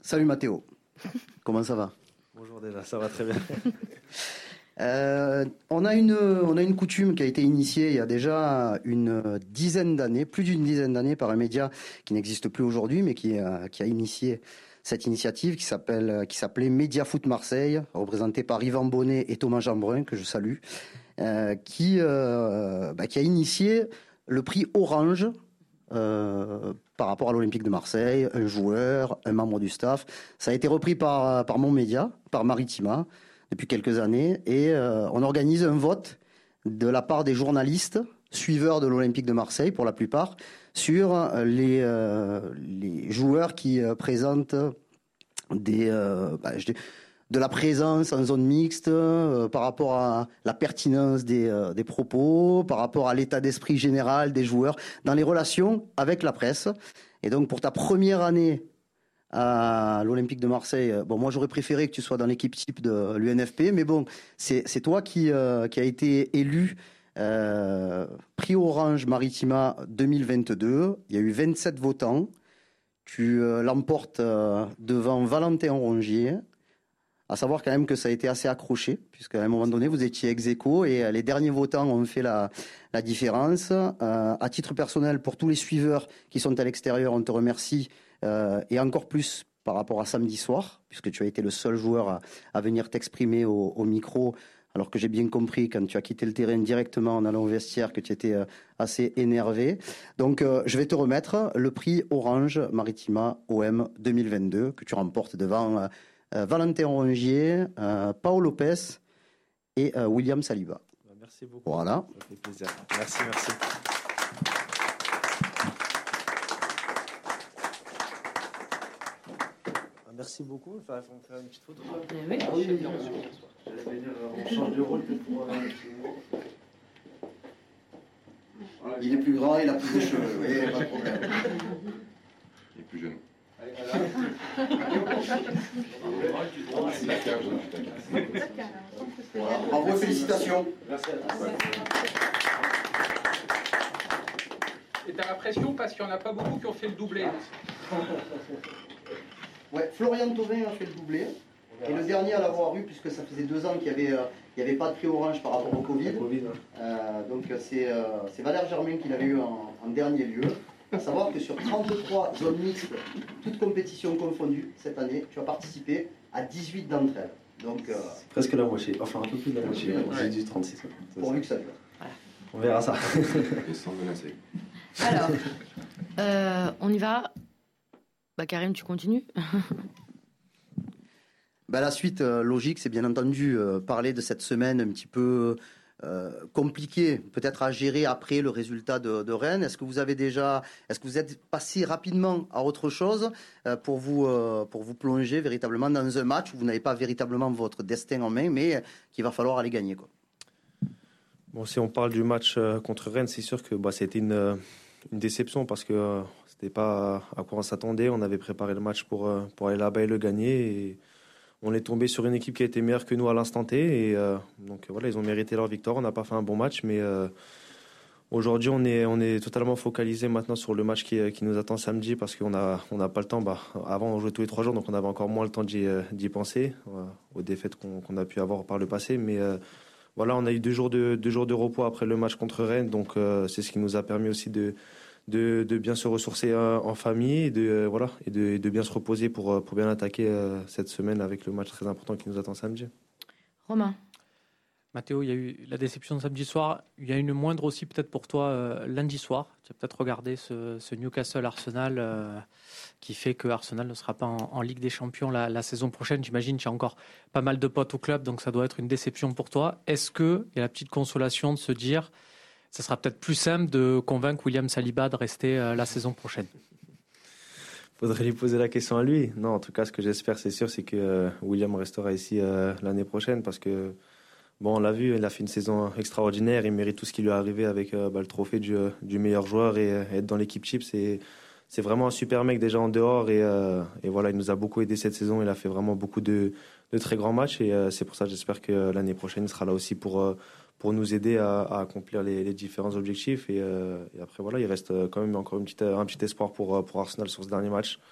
Salut Mathéo, comment ça va? Bonjour déjà, ça va très bien. On a une coutume qui a été initiée il y a déjà une dizaine d'années, plus d'une dizaine d'années, par un média qui n'existe plus aujourd'hui, mais qui a initié cette initiative qui s'appelait Média Foot Marseille, représenté par Yvan Bonnet et Thomas Jeanbrun, que je salue, qui a initié le prix Orange par rapport à l'Olympique de Marseille, un joueur, un membre du staff. Ça a été repris par mon média, par Maritima, depuis quelques années, et on organise un vote de la part des journalistes, suiveurs de l'Olympique de Marseille pour la plupart, sur les joueurs qui présentent de la présence en zone mixte, par rapport à la pertinence des propos, par rapport à l'état d'esprit général des joueurs, dans les relations avec la presse. Et donc pour ta première année à l'Olympique de Marseille, bon, moi j'aurais préféré que tu sois dans l'équipe type de l'UNFP, mais bon, c'est toi qui a été élu prix Orange Maritima 2022. Il y a eu 27 votants. Tu l'emportes devant Valentin Rongier. À savoir quand même que ça a été assez accroché, puisqu'à un moment donné, vous étiez ex-aequo et les derniers votants ont fait la différence. À titre personnel, pour tous les suiveurs qui sont à l'extérieur, on te remercie, et encore plus par rapport à samedi soir, puisque tu as été le seul joueur à venir t'exprimer au micro, alors que j'ai bien compris quand tu as quitté le terrain directement en allant au vestiaire que tu étais assez énervé. Donc je vais te remettre le prix Orange Maritima OM 2022 que tu remportes devant Valentin Rongier, Paul Lopez et William Saliba. Merci beaucoup. Voilà. Ça fait plaisir. Merci. Merci beaucoup. On va faire une petite photo. Oui. Ah oui, bien sûr. J'allais venir, on change de rôle peut-être pour Il est plus grand, il a plus de cheveux, oui, pas de problème. Il est plus jeune. Bravo, félicitations. Merci à tous. Et t'as la pression parce qu'il n'y en a pas beaucoup qui ont fait le doublé. Ouais, Florian Thauvin a fait le doublé. Et le dernier à l'avoir eu, puisque ça faisait 2 ans qu'il n'y avait pas de prix Orange par rapport au Covid. Donc c'est Valère Germain qui l'avait eu en dernier lieu. À savoir que sur 33 zones mixtes, toutes compétitions confondues, cette année, tu as participé à 18 d'entre elles. Donc, presque la moitié, enfin un peu plus de la moitié. J'ai dit 36. Pour lui que ça dure. On verra ça. Et sans menacer. Alors, on y va. Karim, tu continues. La suite logique, c'est bien entendu parler de cette semaine un petit peu compliquée, peut-être à gérer après le résultat de Rennes. Est-ce que vous êtes passé rapidement à autre chose pour vous plonger véritablement dans un match où vous n'avez pas véritablement votre destin en main, mais qu'il va falloir aller gagner, quoi. Bon, si on parle du match contre Rennes, c'est sûr que c'était une déception parce que c'était pas à quoi on s'attendait. On avait préparé le match pour aller là-bas et le gagner. Et on est tombé sur une équipe qui a été meilleure que nous à l'instant T. Et donc voilà, ils ont mérité leur victoire. On n'a pas fait un bon match, mais aujourd'hui, on est totalement focalisé maintenant sur le match qui nous attend samedi parce qu'on n'a pas le temps. Avant, on jouait tous les 3 jours, donc on avait encore moins le temps d'y penser aux défaites qu'on a pu avoir par le passé. Mais voilà, on a eu 2 jours de repos après le match contre Rennes, donc c'est ce qui nous a permis aussi de bien se ressourcer en famille et de bien se reposer pour bien attaquer cette semaine avec le match très important qui nous attend samedi. Romain. Mathéo, il y a eu la déception de samedi soir. Il y a une moindre aussi peut-être pour toi lundi soir. Tu as peut-être regardé ce Newcastle-Arsenal qui fait que Arsenal ne sera pas en Ligue des Champions la saison prochaine. J'imagine qu'il y a encore pas mal de potes au club, donc ça doit être une déception pour toi. Est-ce qu'il y a la petite consolation de se dire ça sera peut-être plus simple de convaincre William Saliba de rester la saison prochaine? Faudrait lui poser la question à lui. Non, en tout cas, ce que j'espère, c'est sûr, c'est que William restera ici l'année prochaine parce que on l'a vu, il a fait une saison extraordinaire. Il mérite tout ce qui lui est arrivé avec le trophée du meilleur joueur et être dans l'équipe type. C'est vraiment un super mec déjà en dehors et voilà, il nous a beaucoup aidé cette saison. Il a fait vraiment beaucoup de très grands matchs et c'est pour ça que j'espère que l'année prochaine il sera là aussi pour nous aider à accomplir les différents objectifs et après voilà, il reste quand même encore un petit espoir pour Arsenal sur ce dernier match.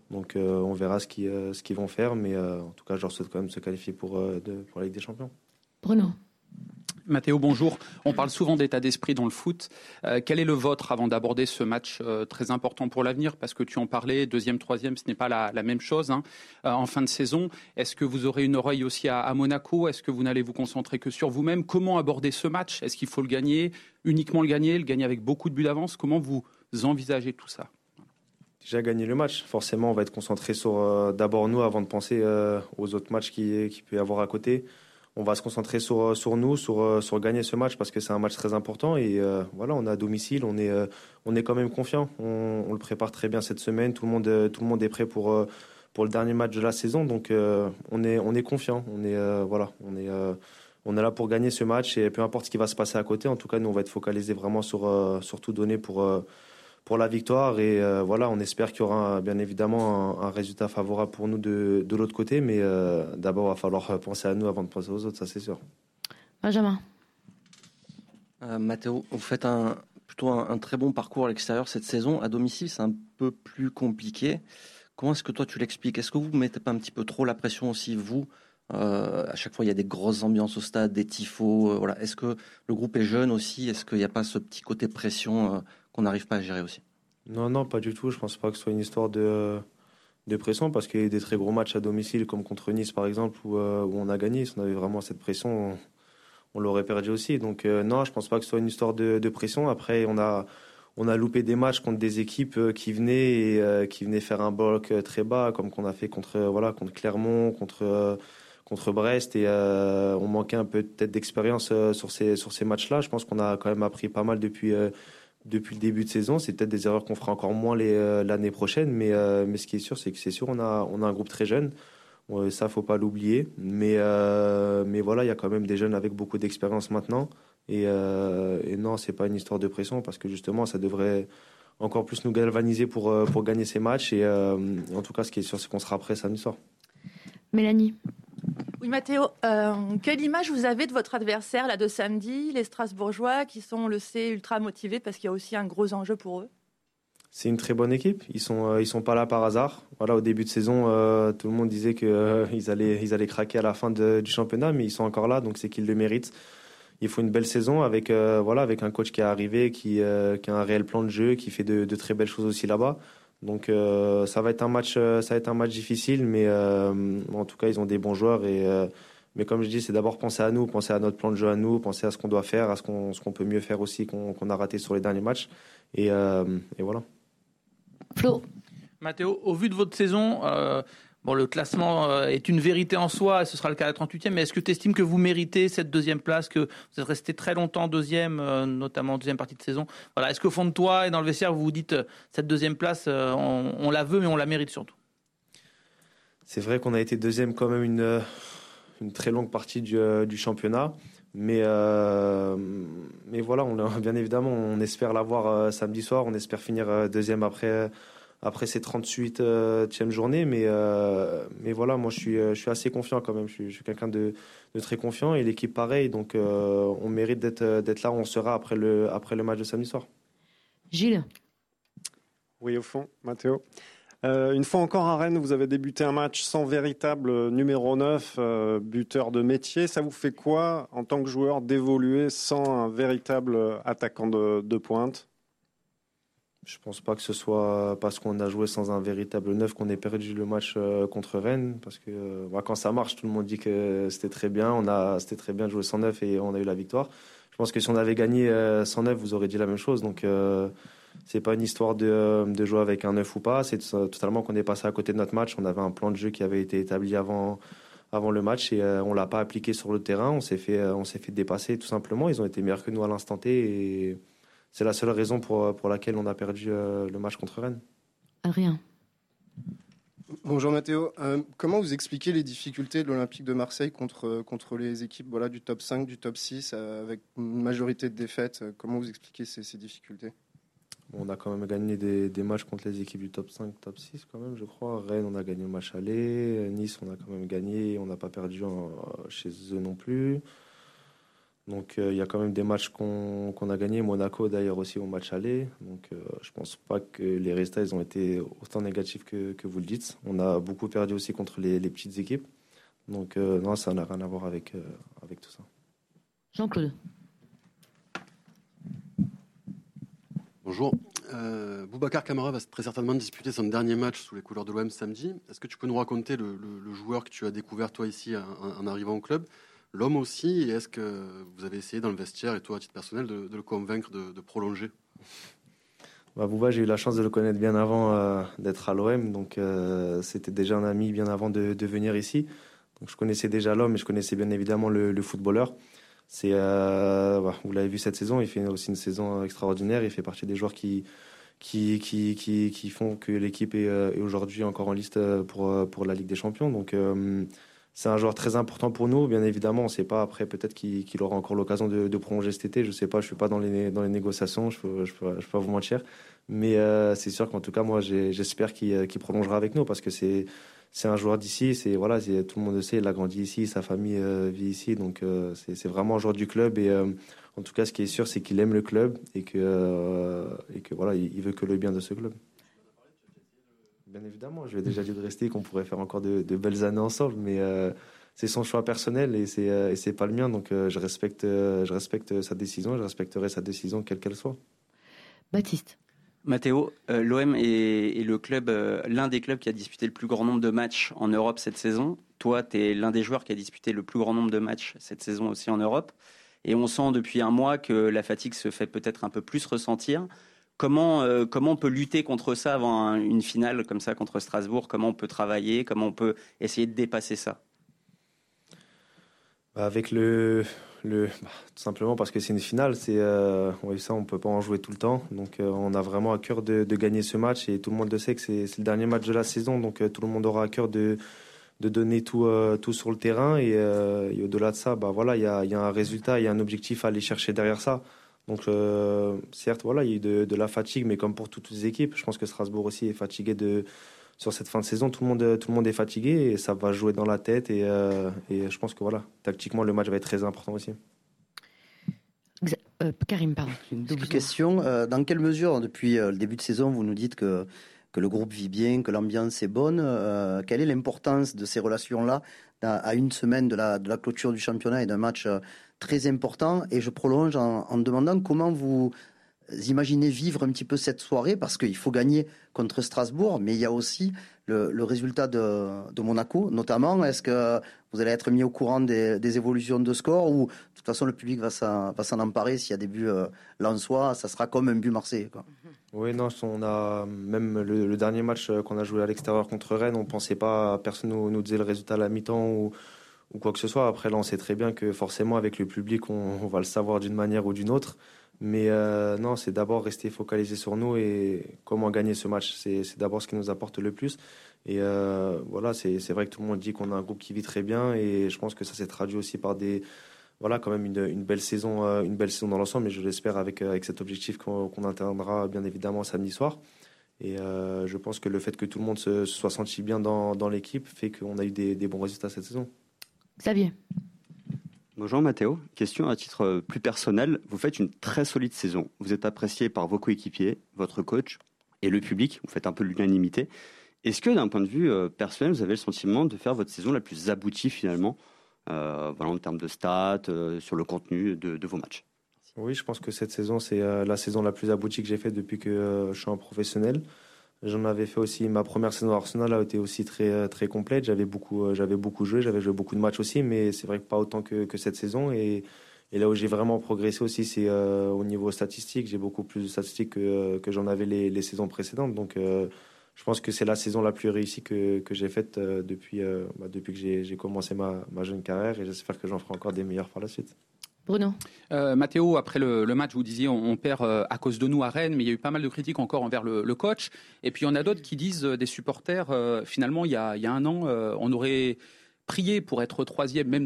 Donc on verra ce qu'ils vont faire, mais en tout cas, je leur souhaite quand même de se qualifier pour la Ligue des Champions. Bruno. Mathéo, bonjour. On parle souvent d'état d'esprit dans le foot. Quel est le vôtre avant d'aborder ce match très important pour l'avenir? Parce que tu en parlais, deuxième, troisième, ce n'est pas la même chose en fin de saison. Est-ce que vous aurez une oreille aussi à Monaco? Est-ce que vous n'allez vous concentrer que sur vous-même? Comment aborder ce match? Est-ce qu'il faut le gagner, uniquement le gagner avec beaucoup de buts d'avance? Comment vous envisagez tout ça? Déjà gagner le match. Forcément, on va être concentré sur d'abord nous avant de penser aux autres matchs qu'il peut y avoir à côté. On va se concentrer sur nous, sur gagner ce match parce que c'est un match très important et voilà, on est à domicile, on est quand même confiant. On le prépare très bien cette semaine. Tout le monde est prêt pour le dernier match de la saison, donc on est confiant. On est là pour gagner ce match et peu importe ce qui va se passer à côté. En tout cas, nous on va être focalisé vraiment sur tout donner pour la victoire et voilà, on espère qu'il y aura bien évidemment un résultat favorable pour nous de l'autre côté, mais d'abord il va falloir penser à nous avant de penser aux autres, ça c'est sûr. Benjamin. Mathéo, vous faites plutôt un très bon parcours à l'extérieur cette saison. À domicile, c'est un peu plus compliqué. Comment est-ce que toi tu l'expliques? Est-ce que vous ne mettez pas un petit peu trop la pression aussi, vous? À chaque fois, il y a des grosses ambiances au stade, des tifos. Voilà. Est-ce que le groupe est jeune aussi? Est-ce qu'il n'y a pas ce petit côté pression qu'on n'arrive pas à gérer aussi? Non, pas du tout. Je pense pas que ce soit une histoire de pression parce qu'il y a eu des très gros matchs à domicile comme contre Nice par exemple où on a gagné. Si on avait vraiment cette pression, on l'aurait perdu aussi. Donc non, je pense pas que ce soit une histoire de pression. Après, on a loupé des matchs contre des équipes qui venaient faire un bloc très bas, comme qu'on a fait contre Clermont, contre Brest, et on manquait un peu peut-être d'expérience sur ces matchs-là. Je pense qu'on a quand même appris pas mal depuis le début de saison. C'est peut-être des erreurs qu'on fera encore moins l'année prochaine, mais ce qui est sûr, c'est que c'est sûr, on a un groupe très jeune. Ça, faut pas l'oublier. Mais voilà, il y a quand même des jeunes avec beaucoup d'expérience maintenant. Et non, c'est pas une histoire de pression parce que justement, ça devrait encore plus nous galvaniser pour gagner ces matchs. Et en tout cas, ce qui est sûr, c'est qu'on sera prêt samedi soir. Mélanie. Oui, Mathéo, quelle image vous avez de votre adversaire là de samedi, les Strasbourgeois qui sont, on le sait, ultra motivés parce qu'il y a aussi un gros enjeu pour eux? C'est une très bonne équipe. Ils sont pas là par hasard. Voilà, au début de saison, tout le monde disait que ils allaient craquer à la fin du championnat, mais ils sont encore là, donc c'est qu'ils le méritent. Il faut une belle saison avec un coach qui est arrivé, qui a un réel plan de jeu, qui fait de très belles choses aussi là-bas. Donc ça va être un match difficile, mais en tout cas ils ont des bons joueurs mais comme je dis, c'est d'abord penser à nous, penser à notre plan de jeu à nous, penser à ce qu'on doit faire, à ce qu'on peut mieux faire aussi qu'on a raté sur les derniers matchs et voilà. Flo. Mathéo, au vu de votre saison, le classement est une vérité en soi, ce sera le cas à la 38e, mais est-ce que tu estimes que vous méritez cette deuxième place, que vous êtes resté très longtemps deuxième, notamment en deuxième partie de saison? Voilà, est-ce qu'au fond de toi et dans le vestiaire, vous vous dites cette deuxième place, on la veut, mais on la mérite surtout? C'est vrai qu'on a été deuxième quand même une très longue partie du championnat. Mais voilà, bien évidemment, on espère l'avoir samedi soir. On espère finir deuxième après ces 38e journées. Mais voilà, moi, je suis assez confiant quand même. Je suis quelqu'un de très confiant et l'équipe pareil. Donc, on mérite d'être là où on sera après le match de samedi soir. Gilles. Oui, au fond, Mathéo. Une fois encore à Rennes, vous avez débuté un match sans véritable numéro 9, buteur de métier. Ça vous fait quoi, en tant que joueur, d'évoluer sans un véritable attaquant de pointe? Je pense pas que ce soit parce qu'on a joué sans un véritable 9 qu'on ait perdu le match contre Rennes. Parce que quand ça marche, tout le monde dit que c'était très bien. C'était très bien de jouer sans 9 et on a eu la victoire. Je pense que si on avait gagné sans 9, vous aurez dit la même chose. Donc c'est pas une histoire de jouer avec un 9 ou pas. C'est totalement qu'on est passé à côté de notre match. On avait un plan de jeu qui avait été établi avant le match et on l'a pas appliqué sur le terrain. On s'est fait dépasser tout simplement. Ils ont été meilleurs que nous à l'instant T et c'est la seule raison pour laquelle on a perdu le match contre Rennes. Rien. Bonjour Mathéo. Comment vous expliquez les difficultés de l'Olympique de Marseille contre les équipes du top 5, du top 6 avec une majorité de défaites? Comment vous expliquez ces difficultés? On a quand même gagné des matchs contre les équipes du top 5, top 6 quand même, je crois. Rennes, on a gagné le match aller. Nice, on a quand même gagné. On n'a pas perdu chez eux non plus. Donc il y a quand même des matchs qu'on a gagnés, Monaco d'ailleurs aussi au match aller. Donc je pense pas que les résultats ils ont été autant négatifs que vous le dites. On a beaucoup perdu aussi contre les petites équipes. Donc non, ça n'a rien à voir avec tout ça. Jean-Claude. Bonjour. Boubacar Kamara va très certainement disputer son dernier match sous les couleurs de l'OM samedi. Est-ce que tu peux nous raconter le joueur que tu as découvert toi ici en arrivant au club, l'homme aussi, et est-ce que vous avez essayé dans le vestiaire et toi à titre personnel de le convaincre de prolonger? Bouba, j'ai eu la chance de le connaître bien avant d'être à l'OM, donc c'était déjà un ami bien avant de venir ici. Donc je connaissais déjà l'homme et je connaissais bien évidemment le footballeur. Vous l'avez vu cette saison, il fait aussi une saison extraordinaire. Il fait partie des joueurs qui font que l'équipe est aujourd'hui encore en liste pour la Ligue des Champions. Donc c'est un joueur très important pour nous. Bien évidemment, on ne sait pas après, peut-être qu'il aura encore l'occasion de prolonger cet été. Je ne sais pas, je ne suis pas dans les négociations, je peux pas vous mentir. Mais c'est sûr qu'en tout cas, moi, j'espère qu'il prolongera avec nous parce que c'est un joueur d'ici. Tout le monde le sait, il a grandi ici, sa famille vit ici. Donc c'est vraiment un joueur du club. Et en tout cas, ce qui est sûr, c'est qu'il aime le club et que voilà, il veut que le bien de ce club. Bien évidemment, je lui ai déjà dit de rester, qu'on pourrait faire encore de belles années ensemble, mais c'est son choix personnel et c'est pas le mien, donc je respecte sa décision, je respecterai sa décision quelle qu'elle soit. Baptiste. Matteo, l'OM est le club, l'un des clubs qui a disputé le plus grand nombre de matchs en Europe cette saison. Toi, tu es l'un des joueurs qui a disputé le plus grand nombre de matchs cette saison aussi en Europe, et on sent depuis un mois que la fatigue se fait peut-être un peu plus ressentir. Comment on peut lutter contre ça avant une finale comme ça contre Strasbourg? Comment on peut travailler? Comment on peut essayer de dépasser ça? Avec tout simplement parce que c'est une finale. Ça, on peut pas en jouer tout le temps. Donc on a vraiment à cœur de gagner ce match et tout le monde le sait que c'est le dernier match de la saison. Donc tout le monde aura à cœur de donner tout sur le terrain et au-delà de ça, il y a un résultat, il y a un objectif à aller chercher derrière ça. Donc certes, il y a eu de la fatigue, mais comme pour toutes les équipes, je pense que Strasbourg aussi est fatigué sur cette fin de saison. Tout le monde est fatigué et ça va jouer dans la tête. Et je pense que tactiquement, le match va être très important aussi. Karim, pardon. Une double question. Dans quelle mesure, depuis le début de saison, vous nous dites que le groupe vit bien, que l'ambiance est bonne? Quelle est l'importance de ces relations-là à une semaine de la clôture du championnat et d'un match très important? Et je prolonge en demandant comment vous imaginez vivre un petit peu cette soirée, parce qu'il faut gagner contre Strasbourg, mais il y a aussi le résultat de Monaco, notamment. Est-ce que vous allez être mis au courant des évolutions de score, ou de toute façon le public va s'en emparer? S'il y a des buts lensois, ça sera comme un but marseillais, quoi. Oui, non, on a même le dernier match qu'on a joué à l'extérieur contre Rennes, on pensait pas, personne nous disait le résultat à la mi-temps ou quoi que ce soit. Après là, on sait très bien que forcément avec le public, on va le savoir d'une manière ou d'une autre. Mais non, c'est d'abord rester focalisé sur nous et comment gagner ce match. C'est d'abord ce qui nous apporte le plus. Et c'est vrai que tout le monde dit qu'on a un groupe qui vit très bien et je pense que ça s'est traduit aussi par quand même une belle saison dans l'ensemble. Et je l'espère avec cet objectif qu'on atteindra bien évidemment samedi soir. Et je pense que le fait que tout le monde se soit senti bien dans l'équipe fait qu'on a eu des bons résultats cette saison. Xavier. Bonjour Matteo, question à titre plus personnel. Vous faites une très solide saison. Vous êtes apprécié par vos coéquipiers, votre coach et le public. Vous faites un peu l'unanimité. Est-ce que d'un point de vue personnel, vous avez le sentiment de faire votre saison la plus aboutie finalement, en termes de stats, sur le contenu de vos matchs? Oui, je pense que cette saison, c'est la saison la plus aboutie que j'ai faite depuis que je suis un professionnel. J'en avais fait aussi, ma première saison à Arsenal a été aussi très, très complète. J'avais beaucoup joué, j'avais joué beaucoup de matchs aussi, mais c'est vrai que pas autant que cette saison. Et là où j'ai vraiment progressé aussi, c'est au niveau statistique. J'ai beaucoup plus de statistiques que j'en avais les saisons précédentes. Donc je pense que c'est la saison la plus réussie que j'ai faite depuis que j'ai commencé ma jeune carrière, et j'espère que j'en ferai encore des meilleures par la suite. Bruno. Matteo, après le match, vous disiez on perd à cause de nous à Rennes, mais il y a eu pas mal de critiques encore envers le coach. Et puis il y en a d'autres qui disent, des supporters, finalement il y a un an, on aurait prié pour être troisième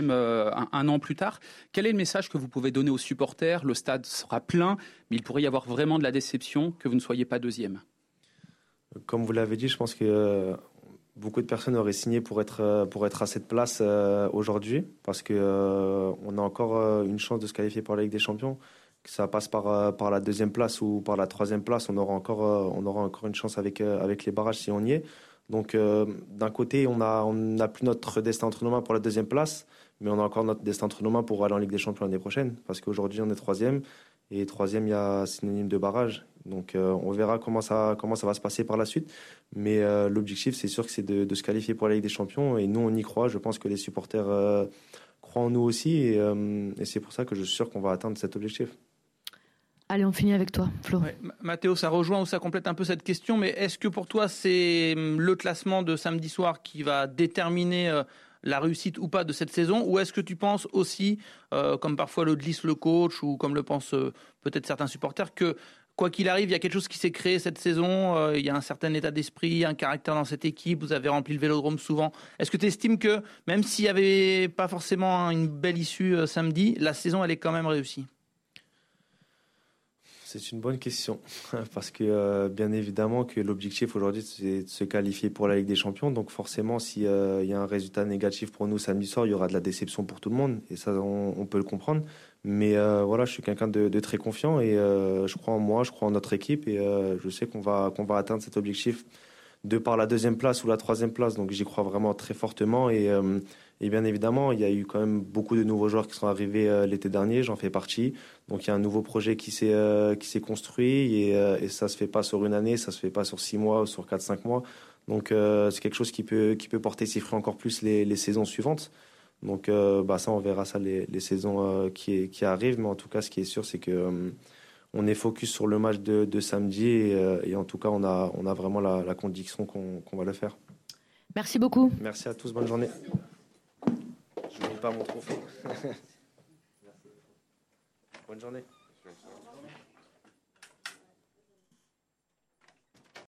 un an plus tard. Quel est le message que vous pouvez donner aux supporters? Le stade sera plein, mais il pourrait y avoir vraiment de la déception que vous ne soyez pas deuxième. Comme vous l'avez dit, je pense que beaucoup de personnes auraient signé pour être à cette place aujourd'hui, parce que on a encore une chance de se qualifier pour la Ligue des Champions. Que ça passe par la deuxième place ou par la troisième place, on aura encore une chance avec les barrages si on y est. Donc d'un côté, on n'a plus notre destin entre nos mains pour la deuxième place, mais on a encore notre destin entre nos mains pour aller en Ligue des Champions l'année prochaine, parce qu'aujourd'hui on est troisième, et troisième il y a synonyme de barrage. Donc on verra comment ça va se passer par la suite, mais l'objectif c'est sûr que c'est de se qualifier pour la Ligue des Champions, et nous on y croit. Je pense que les supporters croient en nous aussi, et c'est pour ça que je suis sûr qu'on va atteindre cet objectif. Allez, on finit avec toi, Flo. Ouais, Mathéo, ça rejoint ou ça complète un peu cette question, mais est-ce que pour toi, c'est le classement de samedi soir qui va déterminer la réussite ou pas de cette saison, ou est-ce que tu penses aussi, comme parfois le glisse le coach, ou comme le pensent peut-être certains supporters, que quoi qu'il arrive, il y a quelque chose qui s'est créé cette saison, il y a un certain état d'esprit, un caractère dans cette équipe, vous avez rempli le Vélodrome souvent. Est-ce que tu estimes que, même s'il n'y avait pas forcément une belle issue samedi, la saison, elle est quand même réussie ? C'est une bonne question, parce que bien évidemment que l'objectif aujourd'hui c'est de se qualifier pour la Ligue des Champions, donc forcément s'il y a un résultat négatif pour nous samedi soir, il y aura de la déception pour tout le monde, et ça on peut le comprendre, mais voilà, je suis quelqu'un de très confiant, et je crois en moi, je crois en notre équipe, et je sais qu'on va atteindre cet objectif de par la deuxième place ou la troisième place, donc j'y crois vraiment très fortement, et bien évidemment, il y a eu quand même beaucoup de nouveaux joueurs qui sont arrivés l'été dernier, j'en fais partie. Donc il y a un nouveau projet qui s'est construit, et ça se fait pas sur une année, ça se fait pas sur 6 mois ou sur 4-5 mois. Donc c'est quelque chose qui peut porter ses fruits encore plus les saisons suivantes. Donc ça, on verra ça les saisons qui arrivent. Mais en tout cas, ce qui est sûr, c'est que on est focus sur le match de samedi, et en tout cas, on a vraiment la conviction qu'on va le faire. Merci beaucoup. Merci à tous, bonne journée. Je n'oublie pas mon trophée. Bonne journée.